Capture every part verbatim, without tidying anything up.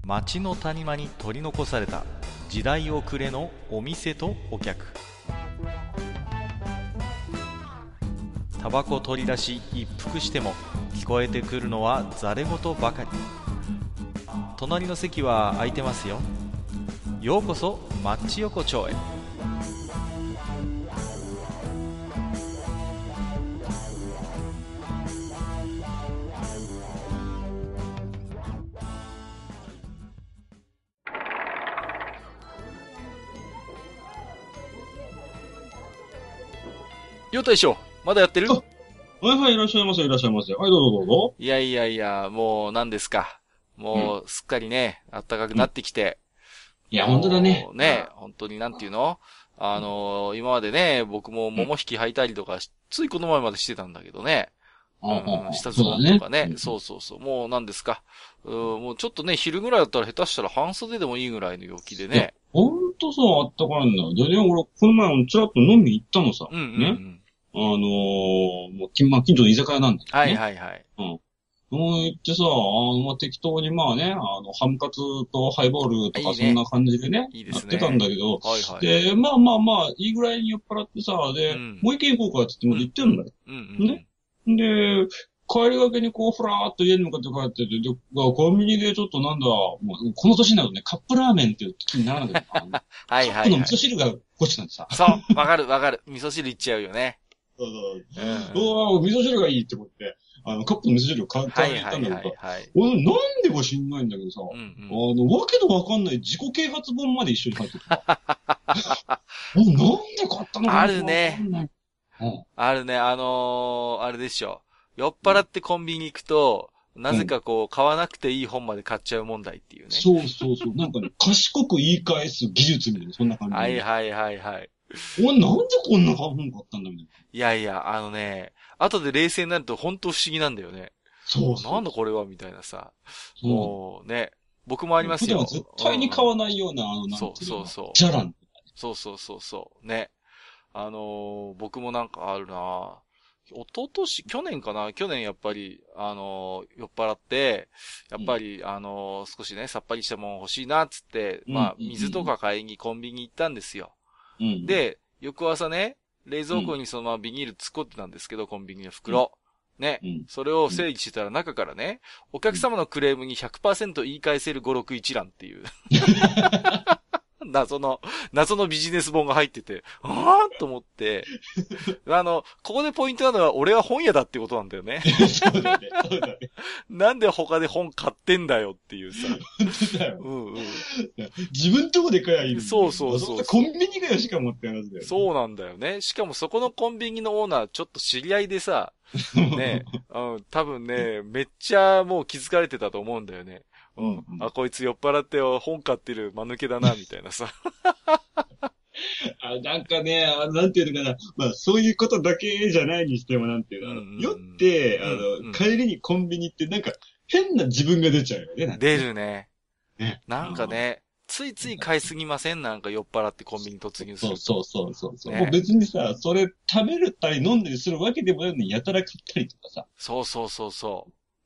町の谷間に取り残された時代遅れのお店とお客。タバコ取り出し一服しても聞こえてくるのはざれ言ばかり。隣の席は空いてますよ。ようこそマッチ横丁へ。よう大将、まだやってる？ はいはい、いらっしゃいませ、いらっしゃいませ。はい、どうぞどうぞ。 いやいやいや、もう何ですか。もう、すっかりね、暖かくなってきて。 うん、いや、本当だね。 ね、本当になんていうの？あのー、今までね、僕も桃引き履いたりとか、ついこの前までしてたんだけどね。うん、下ズボンとかね。そうね、そうそうそう。もう何ですか。うん、もうちょっとね、昼ぐらいだったら下手したら半袖でもいいぐらいの陽気でね。 ほんとさ、あったかいんだよ。でね、俺、この前、ちらっと飲み行ったのさ。 うんうんうん。 ね。あのー、もう、まあ、近所の居酒屋なんだけどね。 はいはいはい。 うん。もう行ってさ、あの、まあ、適当にまあね、あの、ハムカツとハイボールとかそんな感じでね、いいねやってたんだけど、はいはい。で、まあまあまあ、いいぐらいに酔っ払ってさ、で、うん、もう一軒行こうかって言って言ってるんだよ。うんうんうん、ね。で、帰りがけにこう、ふらーっと家に向かって帰ってて、で、コンビニでちょっとなんだ、もう、この年になるとね、カップラーメンっていう気にならなくて、はいはい、はい。カップの味噌汁が欲しくなってさ。 そう、わかるわかる。味噌汁いっちゃうよね。 そうそう。うんうん、味噌汁がいいって思って、あの、カップの味噌汁を買ってあげたんだけど、はいはいはいはい、俺、なんでか知んないんだけどさ、うんうん、あの、わけのわかんない自己啓発本まで一緒に入ってた。なんで買ったのかな。 あるね。うん、あるね、あのー、あれでしょ。酔っ払ってコンビニ行くと、うん、なぜかこう、買わなくていい本まで買っちゃう問題っていうね。 そうそうそう。なんかね、賢く言い返す技術みたいな、そんな感じ。 はいはいはいはい。 俺なんでこんな本買ったんだみたいな。 いやいや、あのね、後で冷静になると本当不思議なんだよね。 そうそう。 なんだこれはみたいなさ。もうね、僕もありますよ。 普段絶対に買わないような、うん、あの、なんていうの。そうそうそう。ジャラン。 そうそうそうそう。ね。あのー、僕もなんかあるな一昨年、去年かな去年やっぱり、あのー、酔っ払って、やっぱり、うん、あのー、少しね、さっぱりしたもの欲しいなっつって、うん、まあ、水とか買いにコンビニ行ったんですよ。うん、で、翌朝ね、冷蔵庫にそのままビニール突っ込ってたんですけど、コンビニの袋。ね、うん。それを整理してたら中からね、お客様のクレームに ひゃくパーセント 言い返せるごろく一覧っていう。謎の、謎のビジネス本が入ってて、あーと思って、あの、ここでポイントなのは、俺は本屋だってことなんだよね。 そうだね、そうだね。 なんで他で本買ってんだよっていうさ。 本当だよ。 うんうん。 自分とこで買えばいい。 そうそうそうそう。 コンビニがよしかもって話だよ、ね。 そうなんだよね。しかもそこのコンビニのオーナー、ちょっと知り合いでさ、ね、うん、多分ね、めっちゃもう気づかれてたと思うんだよね。うん。あ、こいつ酔っ払って本買ってる間抜けだな、みたいなさ。 あ、なんかね、あなんていうのかな。まあ、そういうことだけじゃないにしても、なんていうの、うんうんうん、酔って、あの、うんうん、帰りにコンビニってなんか、変な自分が出ちゃうよね。 出るね。ね。なんかね、ついつい買いすぎません？なんか酔っ払ってコンビニ突入すると。 そうそうそうそう、ね。もう別にさ、それ食べるたり飲んだりするわけでもないのに、やたら買ったりとかさ。 そうそうそうそう。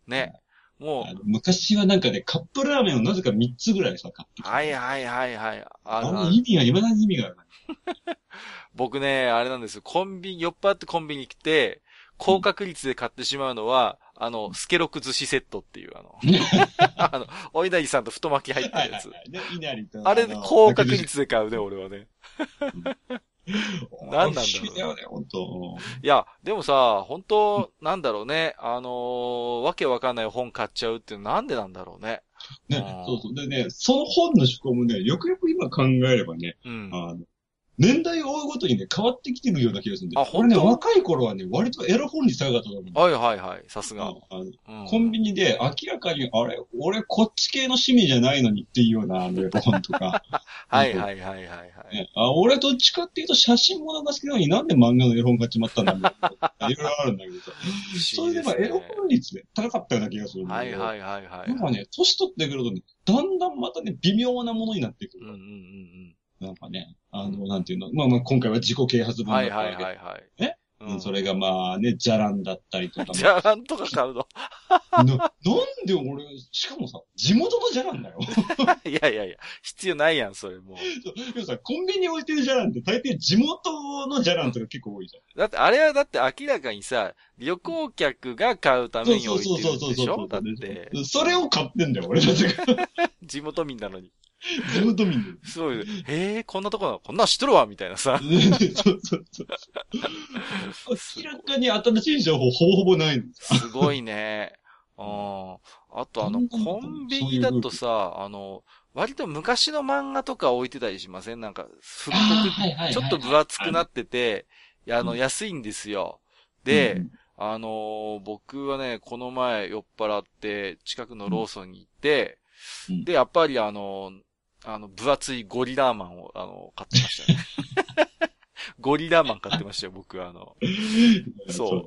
ね。もうあの。昔はなんかね、カップラーメンをなぜかみっつぐらいさ、買ってきた。 はいはいはいはい。 あの意味が、未だに意味がある。 僕ね、あれなんですよ。コンビニ、酔っ払ってコンビニ来て、高確率で買ってしまうのは、うん、あの、スケロク寿司セットっていう、あの、あの、お稲荷さんと太巻き入ってるやつ。はいはいはい、あれ、高確率で買うね、俺はね。何なんだろう。不思議だよね、本当。いや、でもさ、本当、なんだろうね。あのー、わけわかんない本買っちゃうってなんでなんだろうね。 ね、そうそう。でね、その本の趣向もね、よくよく今考えればね、うん、あの年代を追うごとにね、変わってきてるような気がするんで。あ、ほんと？俺ね、若い頃はね、割とエロ本に近かったと思う。 はいはいはい、さすが。 ああの、うん、コンビニで明らかに、あれ、俺こっち系の趣味じゃないのにっていうようなあのエロ本とか。 はいはいはいはい、はいね。あ。俺どっちかっていうと写真物が好きなのになんで漫画のエロ本買っちまったんだみたいな。いろいろあるんだけどさ。それでまあエロ本率で高かったような気がするんだけど。はいはいはいはい。なんかね、年取ってくるとね、だんだんまたね、微妙なものになってくる。うんうんうんうん。なんかね、あの、なんていうの、まあまあ今回は自己啓発本だったわけ。はいはいはいはい。えうん、それがまあね、じゃらんだったりとか。 じゃらんとか買うのな、なんで俺、しかもさ、地元のじゃらんだよ。 いやいやいや、必要ないやん、それもう。 でもさ、コンビニに置いてるじゃらんって大抵地元のじゃらんとか結構多いじゃん。 だってあれはだって明らかにさ、旅行客が買うために置いてるんでしょだって。 それを買ってんだよ、俺たちが。 地元民なのに。 地元民で。 すごい。へえ、こんなとこなのこんなん知っとるわみたいなさ。 そうそうそう。明らかに新しい情報ほぼほぼないの。 すごいね。うん。あとあの、コンビニだとさ、あの、割と昔の漫画とか置いてたりしませんなんか、復刻、ちょっと分厚くなってて、あの、安いんですよ。で、あの、僕はね、この前酔っ払って、近くのローソンに行って、で、やっぱりあの、あの、分厚いゴリラーマンを、あの、買ってましたね。ゴリラーマン買ってましたよ、僕はあの。そう。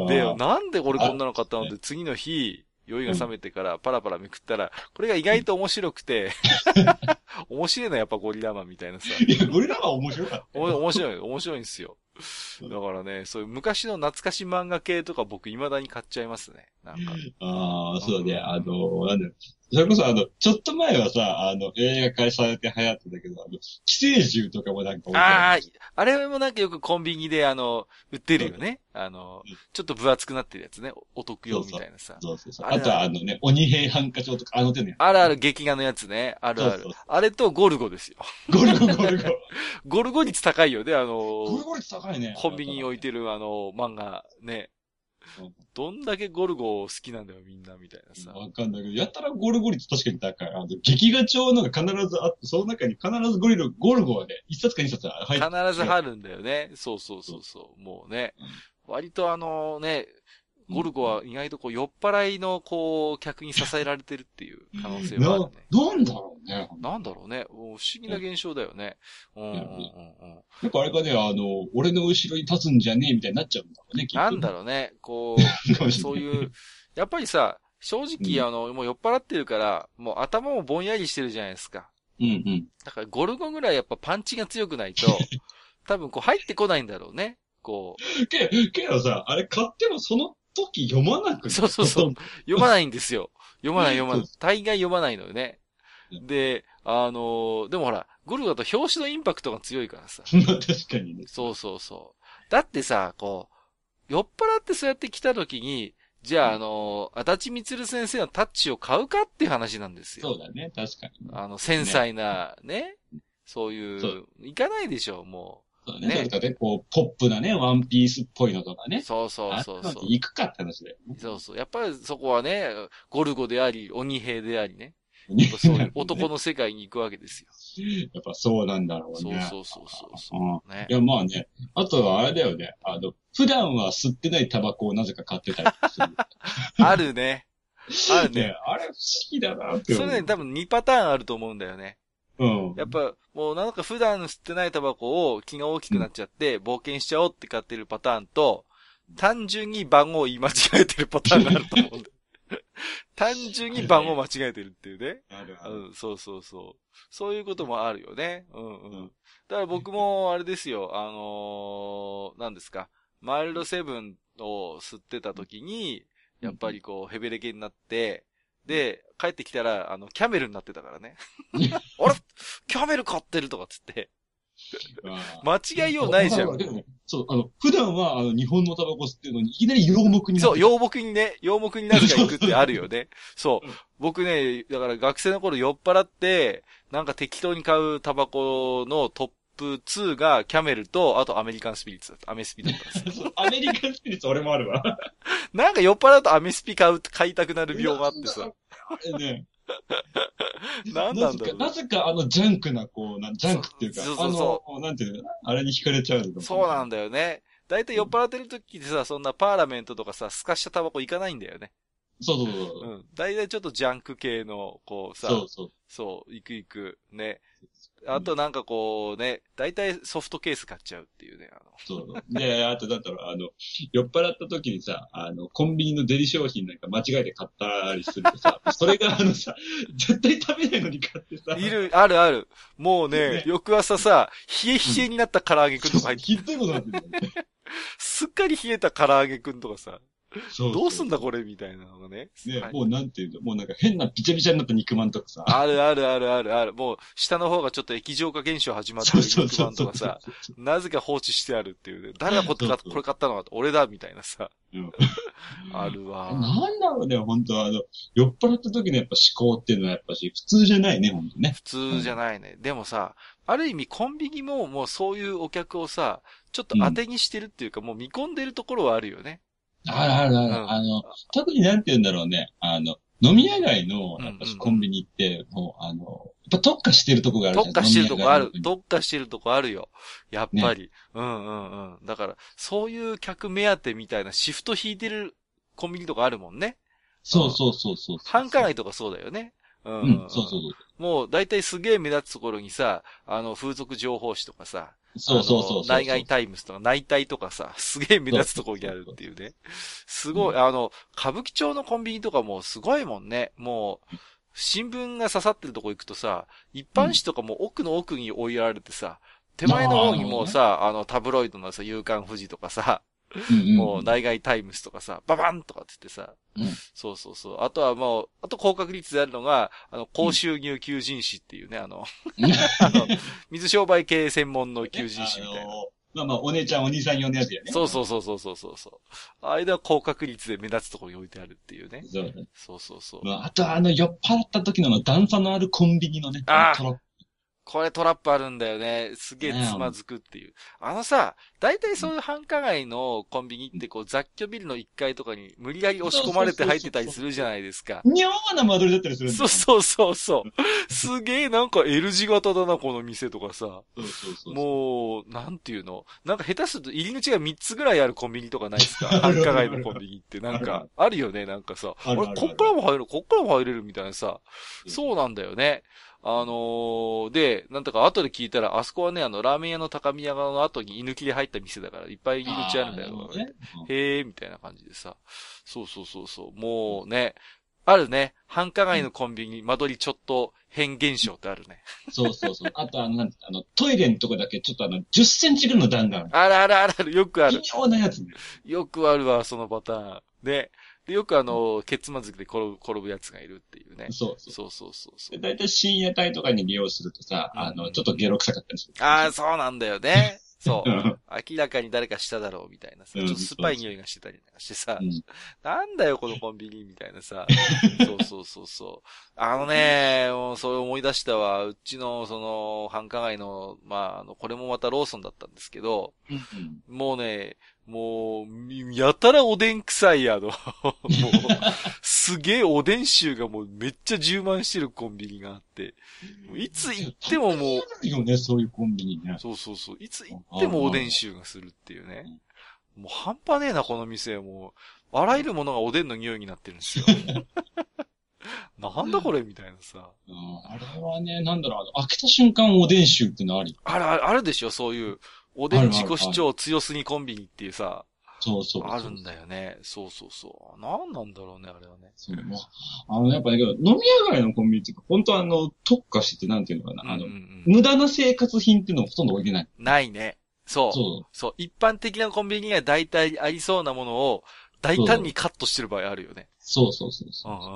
で、なんで俺こんなの買ったのって次の日、酔いが覚めてからパラパラめくったら、これが意外と面白くて、面白いのやっぱゴリラーマンみたいなさ。 いや、ゴリラーマン面白かった。 面白い、面白いんですよ。だからね、そういう昔の懐かし漫画系とか僕未だに買っちゃいますね。なんか。 ああ、そうね。あの、なんだよ。それこそあの、ちょっと前はさ、あの、映画化されて流行ってたけど、あの、寄生獣とかもなんかああ、あれもなんかよくコンビニであの、売ってるよね。あの、ちょっと分厚くなってるやつね。お得用みたいなさ。 そうそうそう。あとはあのね、鬼平犯科帳とかあの手のやつ。 あるある劇画のやつね。あるある。そうそうそうあれとゴルゴですよ。 ゴルゴゴルゴ。 ゴルゴ率高いよね、あの、 ゴルゴ率高いね。 コンビニに置いてるあの、漫画ね。どんだけゴルゴ好きなんだよ、みんな、みたいなさ。 わかんないけど、やったらゴルゴ率確かに高い。あの、劇画帳のが必ずあって、その中に必ずゴリル、ゴルゴはね、一冊か二冊入ってる。 必ず貼るんだよね。そうそうそうそう。もうね。うん、割とあのね、ゴルゴは意外とこう酔っ払いのこう客に支えられてるっていう可能性はあるね。 な、なんだろうね。 なんだろうね。不思議な現象だよね。うんうんうんうん。 やっぱあれかね、あの、俺の後ろに立つんじゃねえみたいになっちゃうんだろうね、きっと。 なんだろうね。こう、そういう、やっぱりさ、正直、うん、あの、もう酔っ払ってるから、もう頭もぼんやりしてるじゃないですか。 うんうん。 だからゴルゴぐらいやっぱパンチが強くないと、多分こう入ってこないんだろうね。こう。け、けどさ、あれ買ってもその、時読まなくて。 そうそうそう。読まないんですよ。読まない読まない。大概読まないのよね。で、あのー、でもほら、ゴルゴだと表紙のインパクトが強いからさ。 確かにね。 そうそうそう。だってさ、こう、酔っ払ってそうやって来た時に、じゃあ、あのー、足立光先生のタッチを買うかっていう話なんですよ。 そうだね、確かに。 あの、繊細な、ね。ねそういう、そういかないでしょう、もう。 そうね。ね、それかね、こう、ポップなね、ワンピースっぽいのとかね。 そうそうそうそう。 行くかって話だよね。 そうそう。やっぱりそこはね、ゴルゴであり、鬼兵でありね。そういう男の世界に行くわけですよ。 やっぱそうなんだろうね。 そうそうそうそう、 うんね。いや、まあね。あとはあれだよね。あの、普段は吸ってないタバコをなぜか買ってたりする。 あるね。あるね。ねあれ不思議だなって思う。それね、多分にパターンあると思うんだよね。 うん。 やっぱ、もうなんか普段吸ってないタバコを気が大きくなっちゃって、冒険しちゃおうって買ってるパターンと、単純に番号を言い間違えてるパターンがあると思うんだよ。単純に番号間違えてるっていうね。 あるある。 うん、そうそうそう。そういうこともあるよね。うんうん。だから僕もあれですよ、あのー、何ですか。マイルドセブンを吸ってた時に、やっぱりこう、ヘベレケになって、で、帰ってきたら、あの、キャメルになってたからね。あれキャメル買ってるとかつって。間違いようないじゃん。 そう、あの、普段は、あの、日本のタバコ吸ってるのに、いきなり洋木になる。 そう、洋木にね、洋木になぜか行くってあるよね。そう。僕ね、だから学生の頃酔っ払って、なんか適当に買うタバコのトップツーがキャメルと、あとアメリカンスピリッツだった。アメスピだったんですよ。 アメリカンスピリッツ俺もあるわ。 なんか酔っ払うとアメスピ買う、買いたくなる病があってさ。 あれね。 なんなんだろう。 なぜかあのジャンクな、こう、なジャンクっていうか、そうそうそうあの、なんていうのあれに惹かれちゃう。 そうなんだよね。だいたい酔っ払ってる時ってさ、そんなパーラメントとかさ、透かしたタバコいかないんだよね。 そうそうそう。 うん。だいたいちょっとジャンク系の、こうさ、 そうそう。 そう、行く行く、ね。あとなんかこうね、だいたいソフトケース買っちゃうっていうね、あの。 そう。で、あとだったら、あの、酔っ払った時にさ、あの、コンビニのデリ商品なんか間違えて買ったりするとさ、それがあのさ、絶対食べないのに買ってさ。 いる、あるある。もうね、ね翌朝さ、冷え冷えになった唐揚げくんとか入ってひどいことなってるんだよね。 すっかり冷えた唐揚げくんとかさ。そうそう。どうすんだこれみたいなのがね。 ね、はい、もうなんていうの、もうなんか変なビチャビチャになった肉まんとかさ。 あるあるあるあるある。もう下の方がちょっと液状化現象始まってる肉まんとかさ。なぜか放置してあるっていう、ね。誰がこれ買ったのか俺だみたいなさ。うん、あるわ。 なんだろうね、本当あの、酔っ払った時のやっぱ思考っていうのはやっぱし普通じゃないね、本当ね。 普通じゃないね。うん、でもさ、ある意味コンビニももうそういうお客をさ、ちょっと当てにしてるっていうか、うん、もう見込んでるところはあるよね。 あるあるある。うん、あの、特になんて言うんだろうね。あの、飲み屋街の、やっぱコンビニって、もう、あの、やっぱ特化してるとこがあるじゃん。 特化してるとこある。特化してるとこあるよ。やっぱり。ね、うんうんうん。だから、そういう客目当てみたいなシフト引いてるコンビニとかあるもんね。 そうそうそうそう。 繁華街とかそうだよね。うん、うん、うん。そうそうそう。もう、だいたいすげえ目立つところにさ、あの、風俗情報誌とかさ、 そうそうそうそう。 内外タイムズとか内体とかさ、すげえ目立つところにあるっていうね。すごい、あの、歌舞伎町のコンビニとかもすごいもんね。もう、新聞が刺さってるとこ行くとさ、一般紙とかも奥の奥に追いやられてさ、手前の方にもうさ、あの、タブロイドのさ、夕刊富士とかさ、もう内外タイムズとかさ、ババンとかって言ってさ、うん、そうそうそう。あとはもう、あと高確率であるのが、あの、高収入求人誌っていうね、あの、あの、水商売系専門の求人誌みたいな。あのー、 まあまあ、お姉ちゃんお兄さん用のやつやね。 そうそうそうそうそうそう。あれは高確率で目立つところに置いてあるっていうね。そうね。そうそうそう。 まあ、あとはあの、酔っ払った時の段差のあるコンビニのね、 ああこれトラップあるんだよね。すげえつまずくっていう。あのさ、大体そういう繁華街のコンビニってこう雑居ビルのいっかいとかに無理やり押し込まれて入ってたりするじゃないですか。 妙な間取りだったりするんだよ。そうそうそう。すげえなんか L 字型だな、この店とかさ。そうそうそうもう、なんていうのなんか下手すると入り口がみっつぐらいあるコンビニとかないですか繁華街のコンビニってなんか、あるよね、なんかさ。あれ、こっからも入る、こっからも入れるみたいなさ。そうなんだよね。あのー、で、なんとか後で聞いたら、あそこはね、あの、ラーメン屋の高宮川の後に居抜きで入った店だから、いっぱい入り口あるんだよ。ね、へー、みたいな感じでさ。そうそうそうそう。もうね、あるね。繁華街のコンビニ、間取りちょっと変現象ってあるね。 そうそうそう。あとあの、なんあの、トイレのとこだけちょっとあの、じゅっセンチぐらいの段がある。 あるあるあるある、よくある。 微妙なやつね。 よくあるわ、そのパターン。で、で、よくあの、ケツまずきで転ぶ、転ぶやつがいるっていうね。 そうそう。 そうそうそうそう。 だいたい深夜帯とかに利用するとさ、うん、あの、ちょっとゲロ臭かったりする。 ああ、そうなんだよね。そう。明らかに誰かしただろうみたいなさ、ちょっと酸っぱい匂いがしてたりなんかしてさ、うん、なんだよこのコンビニみたいなさ、そうそうそうそう。あのね、もうそれ思い出したわ。うちのその繁華街の、まあ、あの、これもまたローソンだったんですけど、うんうん、もうね、もう、やたらおでん臭いあの、もう、すげえおでん臭がもうめっちゃ充満してるコンビニがあって、いつ行ってももう、 いいよね、そういうコンビニね。 そうそうそう。いつ行ってもおでん臭がするっていうね。もう半端ねえな、この店。もう、あらゆるものがおでんの匂いになってるんですよ。なんだこれみたいなさ、 うん。あれはね、なんだろう、開けた瞬間おでん臭ってのあり。 あるある、あるでしょ、そういう。おでん自己主張強すぎコンビニっていうさ。 そうそうそう。 あるんだよね。そうそうそう。なんなんだろうね、あれはね。 そう。あの、やっぱね、飲み屋街のコンビニっていうか、本当あの、特化してなんていうのかな。あの、うんうんうん、無駄な生活品っていうのをほとんど置いてない。 ないね。そう。そう。そう。一般的なコンビニには大体ありそうなものを、大胆にカットしてる場合あるよね。 そうそうそうそう。うんうんうん、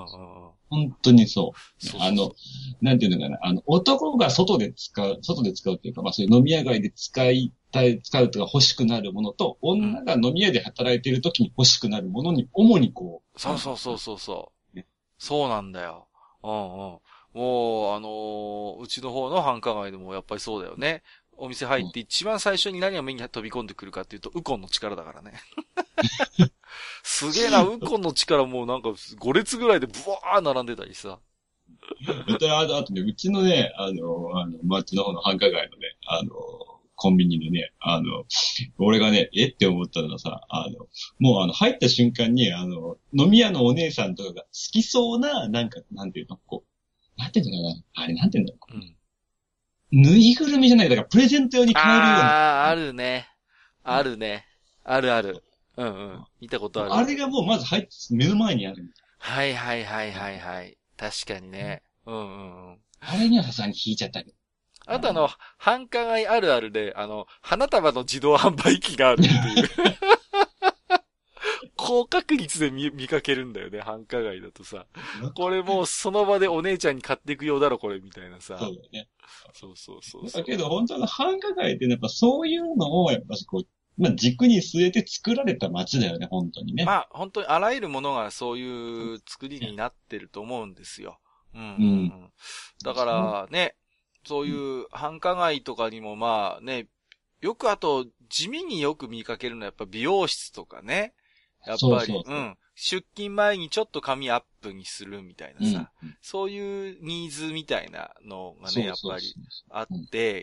本当にそう。そうそうそうあの、なんていうのかな。あの、男が外で使う、外で使うっていうか、まあそういう飲み屋街で使いたい、使うとか欲しくなるものと、女が飲み屋で働いている時に欲しくなるものに、主にこう。そうそうそうそうそう、ね。そうなんだよ。うんうん。もう、あのー、うちの方の繁華街でもやっぱりそうだよね。お店入って一番最初に何が目に飛び込んでくるかっていうと、ウコンの力だからね。すげえな、ウコンの力もうなんかご列ぐらいでブワー並んでたりさ。 あと、あとね、うちのね、あの、あの、町の方の繁華街のね、あの、コンビニでね、あの、俺がね、えって思ったのはさ、あの、もうあの、入った瞬間に、あの、飲み屋のお姉さんとかが好きそうな、なんか、なんていうの、こう、なんていうのかな、あれなんていうんだろう。うん。ぬいぐるみじゃない、だからプレゼント用に買えるような。 ああ、あるね。あるね。あるある。うんうん。見たことある。 あれがもうまず入って、目の前にある。 はいはいはいはいはい。確かにね。うんうんうん。 あれにはさすがに引いちゃったけど。 あとあの、繁華街あるあるで、あの、花束の自動販売機があるっていう。高確率で 見, 見かけるんだよね、繁華街だとさ。これもうその場でお姉ちゃんに買っていくようだろ、これ、みたいなさ。 そうだよね。 そうそうそうそう。 だけど本当の繁華街ってやっぱそういうのを、やっぱこう、まあ、軸に据えて作られた街だよね、本当にね。 まあ、本当にあらゆるものがそういう作りになってると思うんですよ。うん、うん、うん。だからね、そういう繁華街とかにもまあね、よくあと、地味によく見かけるのはやっぱ美容室とかね。やっぱり、そうそうそう、うん。出勤前にちょっと髪アップにするみたいなさ、うん、そういうニーズみたいなのがね、やっぱりあって、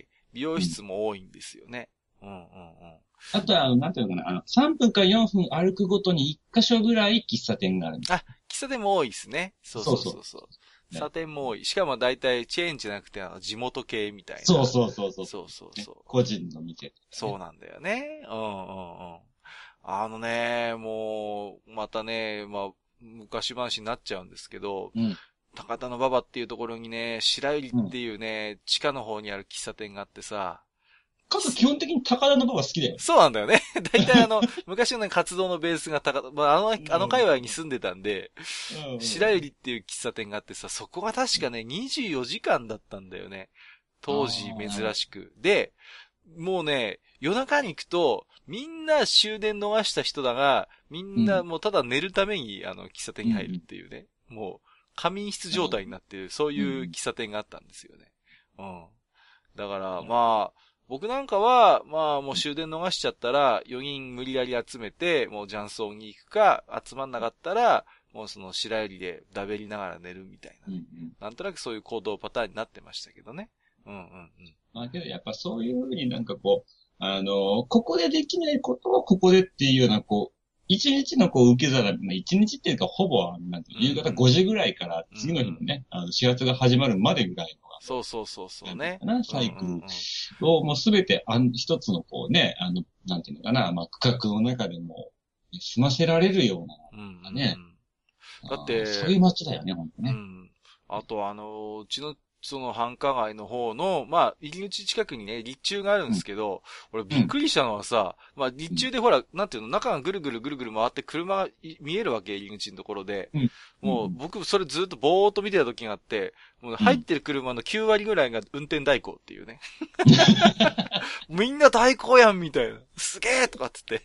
美容室も多いんですよね。うんうんうん。 あとは、なんていうのかな、あの、さんぷんかよんぷん歩くごとにいっ箇所ぐらい喫茶店がある。 あ、喫茶店も多いですね。そうそうそうそう。喫茶店も多い。しかも大体チェーンじゃなくて、あの、地元系みたいな。 そうそうそうそう。 そうそうそう。 個人の店、ね。 そうなんだよね。うんうんうん。あのね、もう、またね、まあ、昔話になっちゃうんですけど、うん、高田馬場っていうところにね、白百合っていうね、うん、地下の方にある喫茶店があってさ、 かつ基本的に高田馬場好きだよ。 そうなんだよね。大体あの、昔の、ね、活動のベースが高田、まあ、あの、あの界隈に住んでたんで、うん、白百合っていう喫茶店があってさ、そこが確かね、にじゅうよじかんだったんだよね。当時珍しく。で、もうね、夜中に行くと、みんな終電逃した人だが、みんなもうただ寝るために、あの、喫茶店に入るっていうね。うん、もう、仮眠室状態になってる、そういう喫茶店があったんですよね。うん。だから、まあ、僕なんかは、まあもう終電逃しちゃったら、よにん無理やり集めて、もう雀荘に行くか、集まんなかったら、もうその白百合でだべりながら寝るみたいな、ねうんうん。なんとなくそういう行動パターンになってましたけどね。うんうんうん。 まあけどやっぱそういうふうになんかこう、あの、ここでできないことをここでっていうようなこう、一日のこう受け皿、まあ一日っていうかほぼ、なんて夕方ごじぐらいから次の日のね、うんうん、あの始発が始まるまでぐらいの。 そうそうそうそうね。 サイクルをもうすべてあん一つのこうね、あの、なんていうのかな、まあ区画の中でも済ませられるような、ね、 うんうん。だって、 そういう街だよね、ほんとね。 うん。あとあの、うちのその繁華街の方の、まあ、入り口近くにね、立中があるんですけど、うん、俺びっくりしたのはさ、うん、まあ、立中でほら、なんていうの、中がぐるぐるぐるぐる回って車が見えるわけ、入り口のところで。うん、もう、僕、それずっとぼーっと見てた時があって、もう入ってる車のきゅうわりぐらいが運転代行っていうね。みんな代行やんみたいな。すげーとかっつって。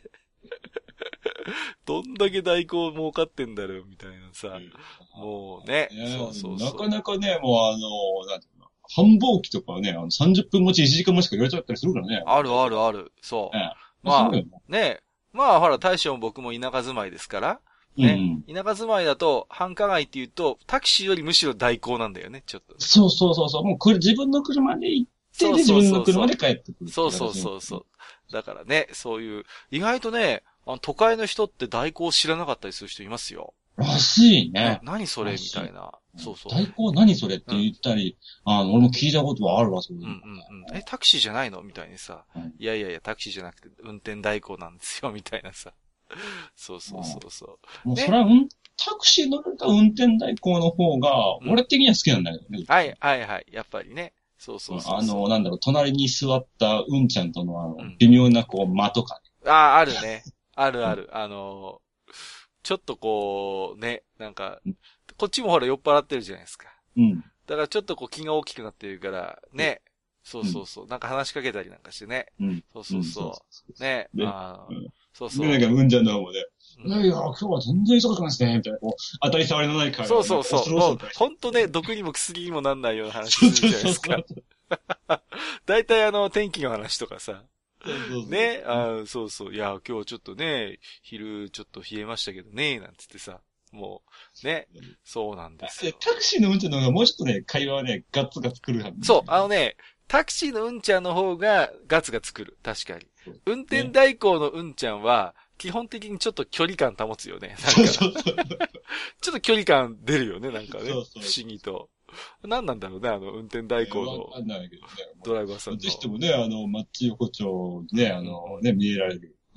どんだけ代行儲かってんだろうみたいなさ。もうね。そうそうそう。 なかなかね、もうあの、なんていうの、繁忙期とかね、あのさんじゅっぷん待ちいちじかん待ちか言われちゃったりするからね。 あるあるある。そう。ね、まあ、ね。まあほら、大将も僕も田舎住まいですから。ね、うん。田舎住まいだと、繁華街って言うと、タクシーよりむしろ代行なんだよね、ちょっと。 そうそうそうそう。もうこれ自分の車で行って、で自分の車で帰ってくる。 そうそうそうそう。だからね、そういう、意外とね、あの都会の人って代行知らなかったりする人いますよ。 らしいね。 何それみたいな。そうそう。 代行何それって言ったり、うん、あの、俺も聞いたことはあるわ、そういう。うんうんうん。え、タクシーじゃないのみたいにさ、うん。いやいやいや、タクシーじゃなくて運転代行なんですよ、みたいなさ。そうそうそうそう。 もうそれは、うん、タクシー乗れた運転代行の方が、俺的には好きなんだけどね。 うん、はいはいはい。やっぱりね。そうそうそうそう。あの、なんだろう、隣に座ったうんちゃんとのあの、うん、微妙なこう、間とかね。ああ、あるね。あるある。あのー、ちょっとこう、ね、なんか、こっちもほら酔っ払ってるじゃないですか。うん。だからちょっとこう気が大きくなってるから、ね。うん、そうそうそう。なんか話しかけたりなんかしてね。うん。そうそうそう。うん、そうそうそうね。ああ、うん、そうそう。 で、なんかうんちゃんの方もね、いやいや、今日は全然忙しくないですね、みたいな、こう、当たり障りのない会話。 そうそうそう。もう、ほんとね、毒にも薬にもなんないような話するじゃないですか。だいたいあの、天気の話とかさ。そうそうそうね、あそうそう。いや、今日ちょっとね、昼ちょっと冷えましたけどね、なんつってさ。もう、ね、そうなんですよ。 タクシーのうんちゃんの方がもうちょっとね、会話はね、ガツガツくるはず。 そう、あのね、タクシーのうんちゃんの方がガツガツくる。確かに。運転代行のうんちゃんは、基本的にちょっと距離感保つよね。なんかそうそうそうちょっと距離感出るよね、なんかね。そうそう不思議と。何なんだろうね、あの、運転代行のドライバーさんの。 ぜひともね、あの、マッチ横丁ね、あの、ね、見えられる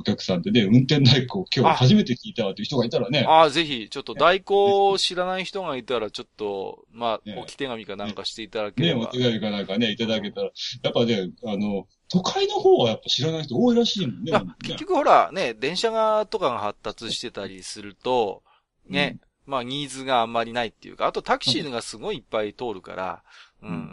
お客さんでね、運転代行今日初めて聞いたわっていう人がいたらね。 ああ、ぜひ、ちょっと代行を知らない人がいたら、ちょっと、まあ、置き手紙かなんかしていただければ。 ね、置き手紙かなんかね、いただけたら、やっぱね、あの、都会の方はやっぱ知らない人多いらしいもんね。 結局ほら、ね、電車が、とかが発達してたりすると、ね、うん、まあ、ニーズがあんまりないっていうか、あとタクシーがすごいいっぱい通るから、うんうんうん。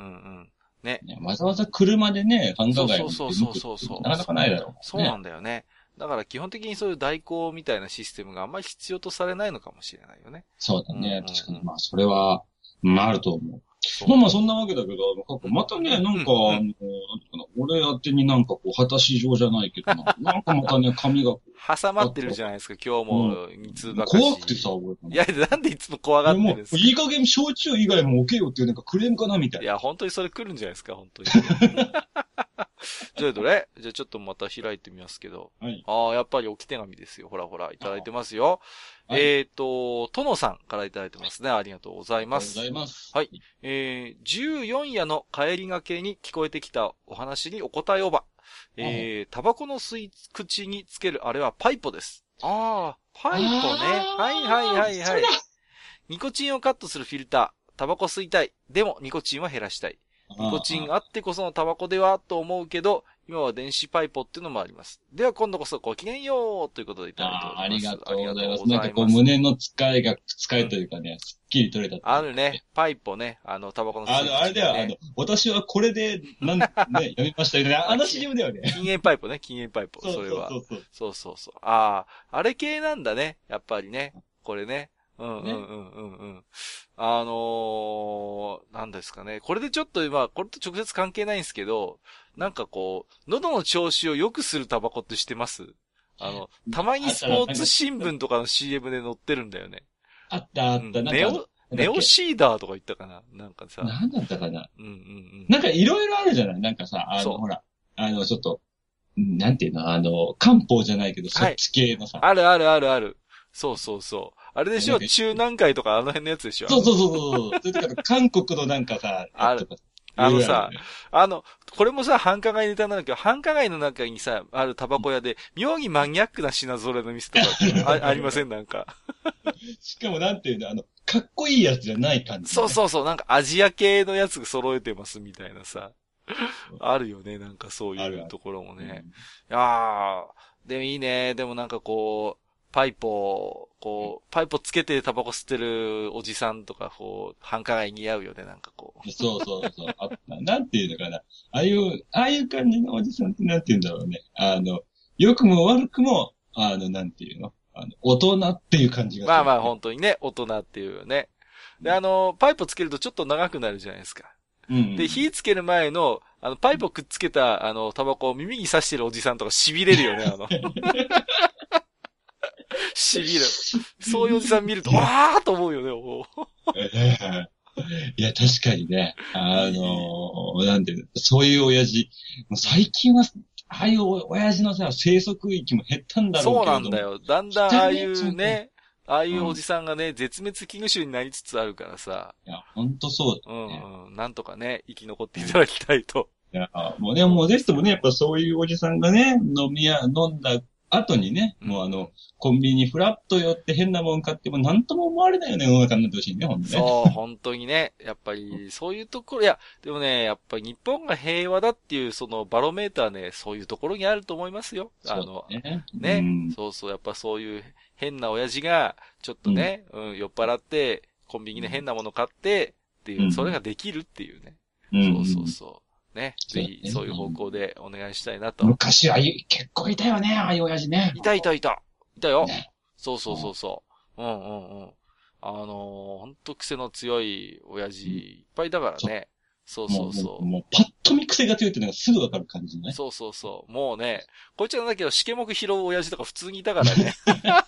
ね。 わざわざ車でね、繁華街にそうそうそうそう。 なかなかないだろう、ね。 そうなんだよね。だから基本的にそういう代行みたいなシステムがあんまり必要とされないのかもしれないよね。 そうだね。うんうん、確かに。まあ、それは、まあ、あると思う。まあまあ、そんなわけだけど、またね、なんか、うんうん、あの、なんていうかな、俺宛てになんかこう、果たし状じゃないけどな、なんかまたね、紙が。 挟まってるじゃないですか、今日も、二通ばかし。 怖くてさ、俺。 いや、なんでいつも怖がってるんですか。 いい加減、焼酎以外も置けよっていうなんかクレームかなみたいな。 いや、本当にそれ来るんじゃないですか、本当に。じゃあどれじゃあちょっとまた開いてみますけど。はい。ああ、やっぱり置き手紙ですよ。ほらほら、いただいてますよ。えっ、ー、と、とのさんからいただいてますね。ありがとうございます。 ありがとうございます。 はい。えー、じゅうよん夜の帰りがけに聞こえてきたお話にお答えをば。えー、タバコの吸い口につけるあれはパイポです。ああ、パイポね。はいはいはいはい。ニコチンをカットするフィルター。タバコ吸いたい。でもニコチンは減らしたい。ニコチンあってこそのタバコではと思うけど、今は電子パイポっていうのもあります。では今度こそごきげんようということでいただいております。 あ, ありがとうございます。なんかこう胸の使いが、使いというかね、うん、すっきり取れた、ね。 あるね。パイポね。あの、タバコの吸い口、ね。 あの、あれだよ、あの、私はこれで、なん、ね、読みましたよね。あの シーエム だよね。 禁煙パイポね、禁煙パイポ。それは。そうそうそう。そうそうそう。ああ、あれ系なんだね。やっぱりね。これね。うんうんうんうんうん。あのー、なんですかね。これでちょっと今、これと直接関係ないんですけど、なんかこう、喉の調子を良くするタバコって知ってます？あの、たまにスポーツ新聞とかの シーエム で載ってるんだよね。 あったあった。 うん、ネオ、ネオシーダーとか言ったかななんかさ。 なんだったかなうんうんうん。 なんかいろいろあるじゃないなんかさ、あの、ほら、あの、ちょっと、なんていうのあの、漢方じゃないけど、そっち系のさ、 はい。あるあるあるある。そうそうそう。あれでしょ中南海とかあの辺のやつでしょそうそうそうそう。それとか、韓国のなんかさ、 ある。あのさ、あの、これもさ、繁華街ネタなんだけど、繁華街の中にさ、あるタバコ屋で、妙にマニアックな品揃えの店とかあ、ありませんなんか。 しかもなんていうの、あの、かっこいいやつじゃない感じ、 ね。そうそうそう、なんかアジア系のやつ揃えてますみたいなさ。あるよね、なんかそういうところもね。あるある、うん、いやー、でもいいね。でもなんかこう、パイポ、こう、パイポつけてタバコ吸ってるおじさんとか、こう、繁華街に似合うよね、なんかこう。 そうそうそう。あなんていうのかな。ああいう、ああいう感じのおじさんってなんていうんだろうね。あの、良くも悪くも、あの、なんていうのあの、大人っていう感じがする、ね。 まあまあ本当にね、大人っていうね。で、あの、パイポつけるとちょっと長くなるじゃないですか。うんうん、で、火つける前の、あの、パイプをくっつけた、あの、タバコを耳に刺してるおじさんとか痺れるよね、あの。痺れる。そういうおじさん見ると、わーと思うよね、もう。 いや、確かにね。あのー、なんていうの、そういう親父。最近は、ああいう親父のさ、生息域も減ったんだろうけど。 そうなんだよ。だんだんああいうね、ああいうおじさんがね、うん、絶滅危惧種になりつつあるからさ。 いや、ほんとそうだ、ね。うんうん。なんとかね、生き残っていただきたいと。 いや、もうね、もうぜひともね、やっぱそういうおじさんがね、飲みや、飲んだ後にね、うん、もうあの、コンビニにフラッと寄って変なもん買っても何とも思われないよね、世の中になってほしいね、ほんとね。 そう、本当にね。やっぱり、そういうところ、いや、でもね、やっぱり日本が平和だっていう、そのバロメーターね、そういうところにあると思いますよ。あの、ね。ね、うん、そうそう、やっぱそういう変な親父が、ちょっとね、うん、うん、酔っ払って、コンビニで変なもの買って、っていう、うん、それができるっていうね。うん、そうそうそう。ね。ぜひ、そういう方向でお願いしたいなと。 昔は結構いたよね、ああいう親父ね。 いたいたいた。いたよ。ね、そうそうそうそう。うんうんうん。あのー、ほんと癖の強い親父いっぱいだからね。そうそうそう。 もう、もうパッと見癖が強いっていうのがすぐわかる感じね。 そうそうそう。もうね、こいつはだけど、しけもく拾う親父とか普通にいたからね。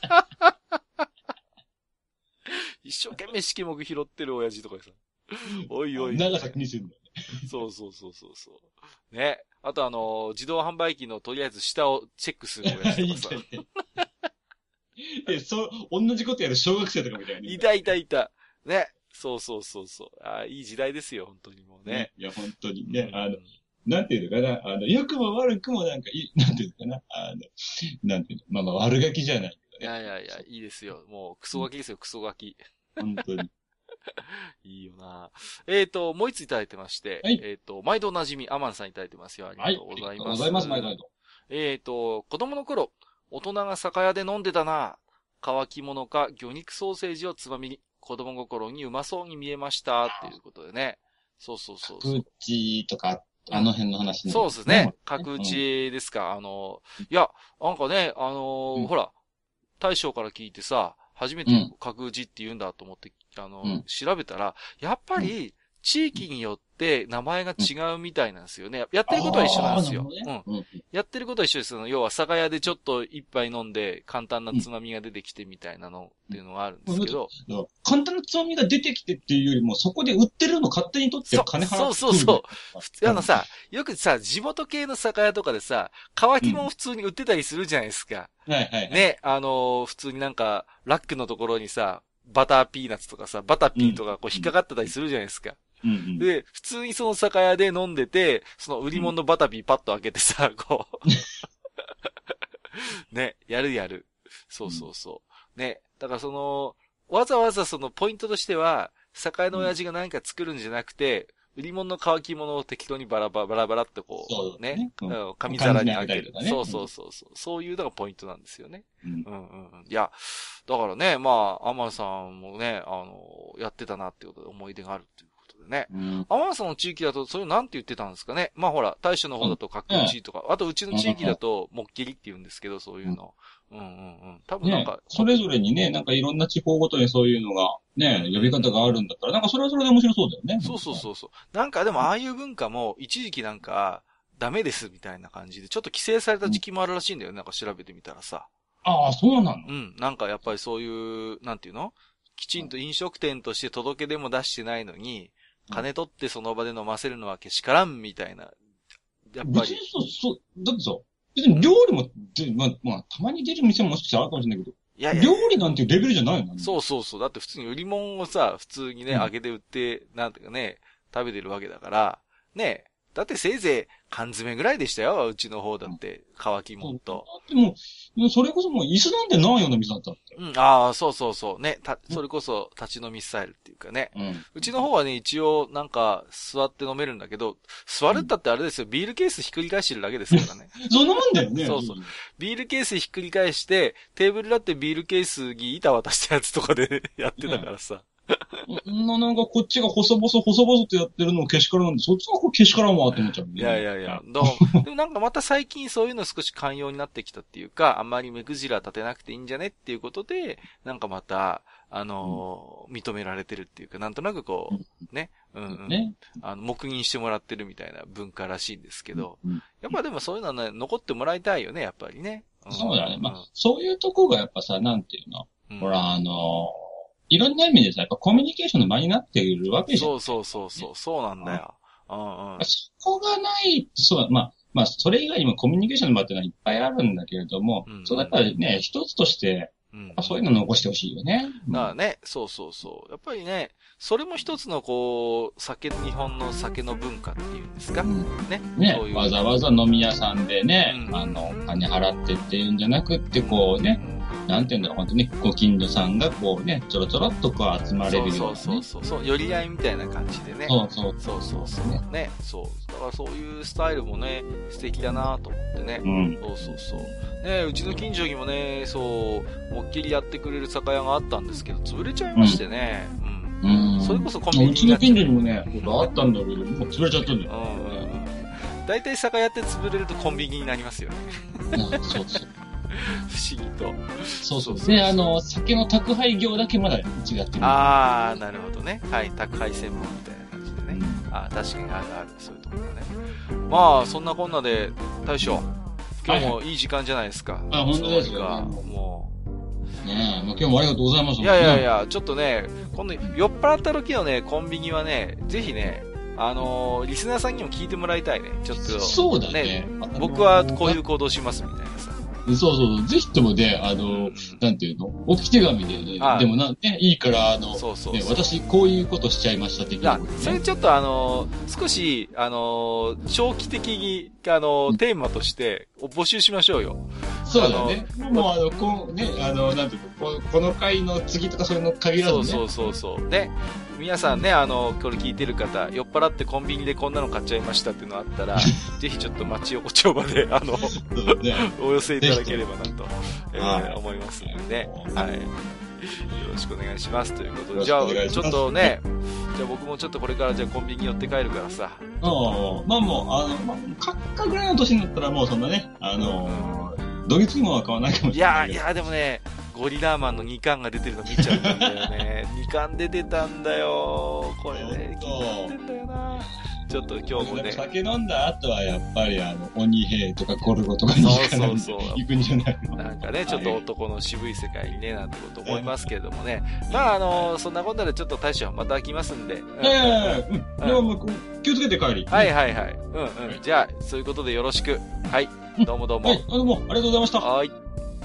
一生懸命しけもく拾ってる親父とかさ。おいおい。 長さ気にするんだよね。 そうそうそうそうそう。ね。あとあのー、自動販売機のとりあえず下をチェックする親父とかさ。 え、そう、同じことやる小学生とかみたいに。 いたいたいた。ね。そうそうそうそう。ああ、いい時代ですよ、本当にもうね。ねいや、本当にね。うん、あの、 なんていうのかな、あの、良くも悪くもなんかい、なんていうのかな、あの、なんていうの、まあまあ悪ガキじゃない、ね。 いやいやいや、いいですよ。もう、クソガキですよ、クソガキ。 本当に。 いいよな。えっ、ー、と、もう一ついただいてまして、はい、えっ、ー、と、毎度おなじみ、アマンさんいただいてますよ。ありがとうございます。はい、ありがとうございます、毎度。えっ、ー、と、子供の頃、大人が酒屋で飲んでたな。乾き物か魚肉ソーセージをつまみに、子供心にうまそうに見えました。っていうことでね。そうそうそうそう。 角打ちとか、あの辺の話、 ね、そうですね。角打ちですか。うん、あの、いや、なんかね、あのーうん、ほら、大将から聞いてさ、初めて角打ちって言うんだと思って、あの、うん、調べたら、やっぱり、地域によって名前が違うみたいなんですよね。やってることは一緒なんですよ。ね、うん。やってることは一緒ですよ。要は酒屋でちょっと一杯飲んで簡単なつまみが出てきてみたいなのっていうのがあるんですけど。 うんうん、簡単なつまみが出てきてっていうよりも、そこで売ってるの勝手に取って金払って。 そうそうそう。あのさ、よくさ、地元系の酒屋とかでさ、乾き物普通に売ってたりするじゃないですか。 うん、はいはい、はい。 ね、あのー、普通になんか、ラックのところにさ、バターピーナッツとかさ、バターピーとかこう引っかかってたりするじゃないですか。 うんうん、 で、普通にその酒屋で飲んでて、その売り物のバタピーパッと開けてさ、こう。ね、やるやる。そうそうそう。ね、だからその、わざわざそのポイントとしては、酒屋の親父が何か作るんじゃなくて、売り物の乾き物を適当にバラバラバラバラってこう、ね、うん、紙皿に開ける、ね。そうそうそうそう。そういうのがポイントなんですよね。うん、うん、うん。いや、だからね、まあ、アマンさんもね、あの、やってたなっていうことで思い出があるっていう。ね。うん、アマンさんの地域だと、それなんて言ってたんですかね。まあほら、大将の方だと角打ちとか、うん、あとうちの地域だと、もっきりって言うんですけど、そういうの。うんうんうん。多分なんか、 ね、それぞれにね、なんかいろんな地方ごとにそういうのが、ね、呼び方があるんだったら、なんかそれはそれで面白そうだよね。 そうそうそうそう。なんかでもああいう文化も、一時期なんか、ダメですみたいな感じで、ちょっと規制された時期もあるらしいんだよね。なんか調べてみたらさ。 ああ、そうなの？ うん。なんかやっぱりそういう、なんていうの？きちんと飲食店として届け出も出してないのに、金取ってその場で飲ませるのはけしからんみたいな。やっぱり。別にそう、そう、だってさ、別に料理も、まあ、まあ、たまに出る店ももしかしたらあるかもしれないけど、いやいや料理なんていうレベルじゃないの？ そうそうそう。だって普通に売り物をさ、普通にね、揚げて売って、なんていうかね、食べてるわけだから、ね、だってせいぜい缶詰ぐらいでしたよ、うちの方だって、乾き物と。 でも、それこそもう椅子なんてないような店だったって。 うん、ああ、そうそうそう。ね、た、それこそ立ち飲みスタイルっていうかね。うん。うちの方はね、一応なんか座って飲めるんだけど、座るったってあれですよ、ビールケースひっくり返してるだけですからね。 そんなもんだよね。 そうそう。ビールケースひっくり返して、テーブルだってビールケースに板渡したやつとかでやってたからさ。 な、なんかこっちが細々細々とやってるのをけしからなんで、そっちがこうけしからんわって思っちゃう、ね。 いやいやいや。どうでもなんかまた最近そういうの少し寛容になってきたっていうか、あんまり目くじら立てなくていいんじゃねっていうことで、なんかまた、あのーうん、認められてるっていうか、なんとなくこう、ね、うんうん。ね、あの、黙認してもらってるみたいな文化らしいんですけど、うんうん、やっぱでもそういうのはね、残ってもらいたいよね、やっぱりね。 うん、そうだね。まあ、そういうとこがやっぱさ、なんていうの、うん、ほら、あのー、いろんな意味でさ、やっぱコミュニケーションの場になっているわけじゃん。 そうそうそうそう、そうなんだよ。うんうん、 そこがない、そう、まあ、まあ、それ以外にもコミュニケーションの場ってのはいっぱいあるんだけれども、うんうん、そうだからね、一つとして、うんうん、そういうの残してほしいよね。 だからね、そうそうそう。やっぱりね、それも一つのこう、酒、日本の酒の文化っていうんですか、うん、ね。 ね、そういうわざわざ飲み屋さんでね、うん、あの、お金払ってっていうんじゃなくって、こうね、なんていうんだろう、本当にご近所さんがこうね、ちょろちょろっとこう集まれるような、ね。そうそうそうそう。寄り合いみたいな感じでね。 そうそう。 そうそうそう。ね。ね。そう。だからそういうスタイルもね、素敵だなと思ってね。うん。そうそうそう。ね、うちの近所にもね、そう、もっきりやってくれる酒屋があったんですけど、潰れちゃいましてね。うん。うん。うん、それこそコンビニに。 うちの近所にもね、あったんだけど、もう潰れちゃったんだよ。うんうん。 大体酒屋って潰れるとコンビニになりますよね。 そうそう。 不思議と。 そうそう。で、あの、酒の宅配業だけまだ違ってる。 あー、なるほどね。はい、宅配専門みたいな感じでね。うん、あー、確かにあるある、そういうところがね。まあ、そんなこんなで、大将、今日もいい時間じゃないですか。はいはい、あ、本当ですよ。 もう。ねえ、まあ、今日もありがとうございます。 いやいやいや、ちょっとね、今度、酔っ払った時のね、コンビニはね、ぜひね、あのー、リスナーさんにも聞いてもらいたいね。ちょっと。 そうだね。 僕はこういう行動しますみたいなさ。 そうそうそう。ぜひともね、あの、うん、なんていうの置き手紙でね、でもな、ね、いいから、あの、そうそうそうね、私こういうことしちゃいました的な、ね。 それちょっとあの、少し、あの、長期的に、あの、テーマとして募集しましょうよ。 そうだね。もうあの、こう、ね、あの、なんていうの、この回の次とかそういうの限らずね。 そうそうそうそう。ね。皆さんね、あの、これ聞いてる方、酔っ払ってコンビニでこんなの買っちゃいましたっていうのあったら、ぜひちょっと町横丁まで、あの、ね、お寄せいただければなと、えー、思いますのでね。はい。よろしくお願いします。ということで、じゃあ、ちょっとね、じゃあ僕もちょっとこれからじゃあコンビニ寄って帰るからさ。 ああ、まあもう、あの、まあ、カッカぐらいの年になったらもうそんなね、あの、どぎついものは買わないかもしれない。 いや、いや、でもね、ゴリラーマンのにかんが出てるの見ちゃったんだよね。にかん出てたんだよ。これね、気になってんだよな。ちょっと今日もね。 酒飲んだ後はやっぱりあの、鬼兵とかコルゴとかにそうそうそう行くんじゃないの。 なんかね、ちょっと男の渋い世界にね、なんてこと思いますけれどもね。まああの、そんなことでちょっと大将また来ますんで。 うん、いやいやいや、うん。でももう気をつけて帰り。 はいはいはい。うんうん。じゃあ、そういうことでよろしく。はい。どうもどうも。 はい、どうもありがとうございました。 はい。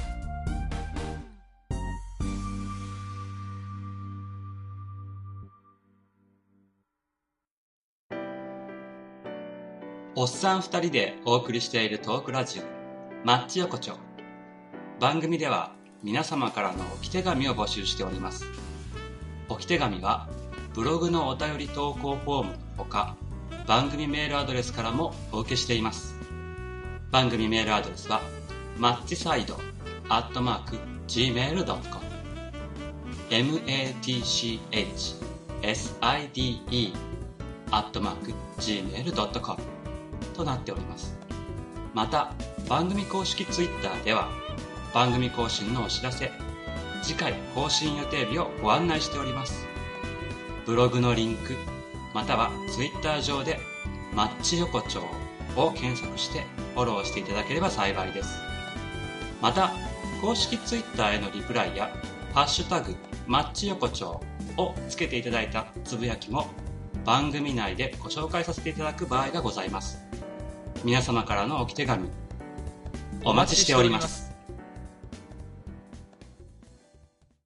おっさん二人でお送りしているトークラジオ、マッチ横丁。番組では皆様からの置き手紙を募集しております。置き手紙はブログのお便り投稿フォームのほか、番組メールアドレスからもお受けしています。番組メールアドレスはマッチサイドアットマーク ジーメールドットコム マッチサイド アットマーク ジーメールドットコム となっております。また番組公式ツイッターでは番組更新のお知らせ、次回更新予定日をご案内しております。ブログのリンクまたはツイッター上でマッチ横丁を検索してフォローしていただければ幸いです。また公式ツイッターへのリプライやハッシュタグマッチ横丁をつけていただいたつぶやきも番組内でご紹介させていただく場合がございます。皆様からの置き手紙お待ちしております。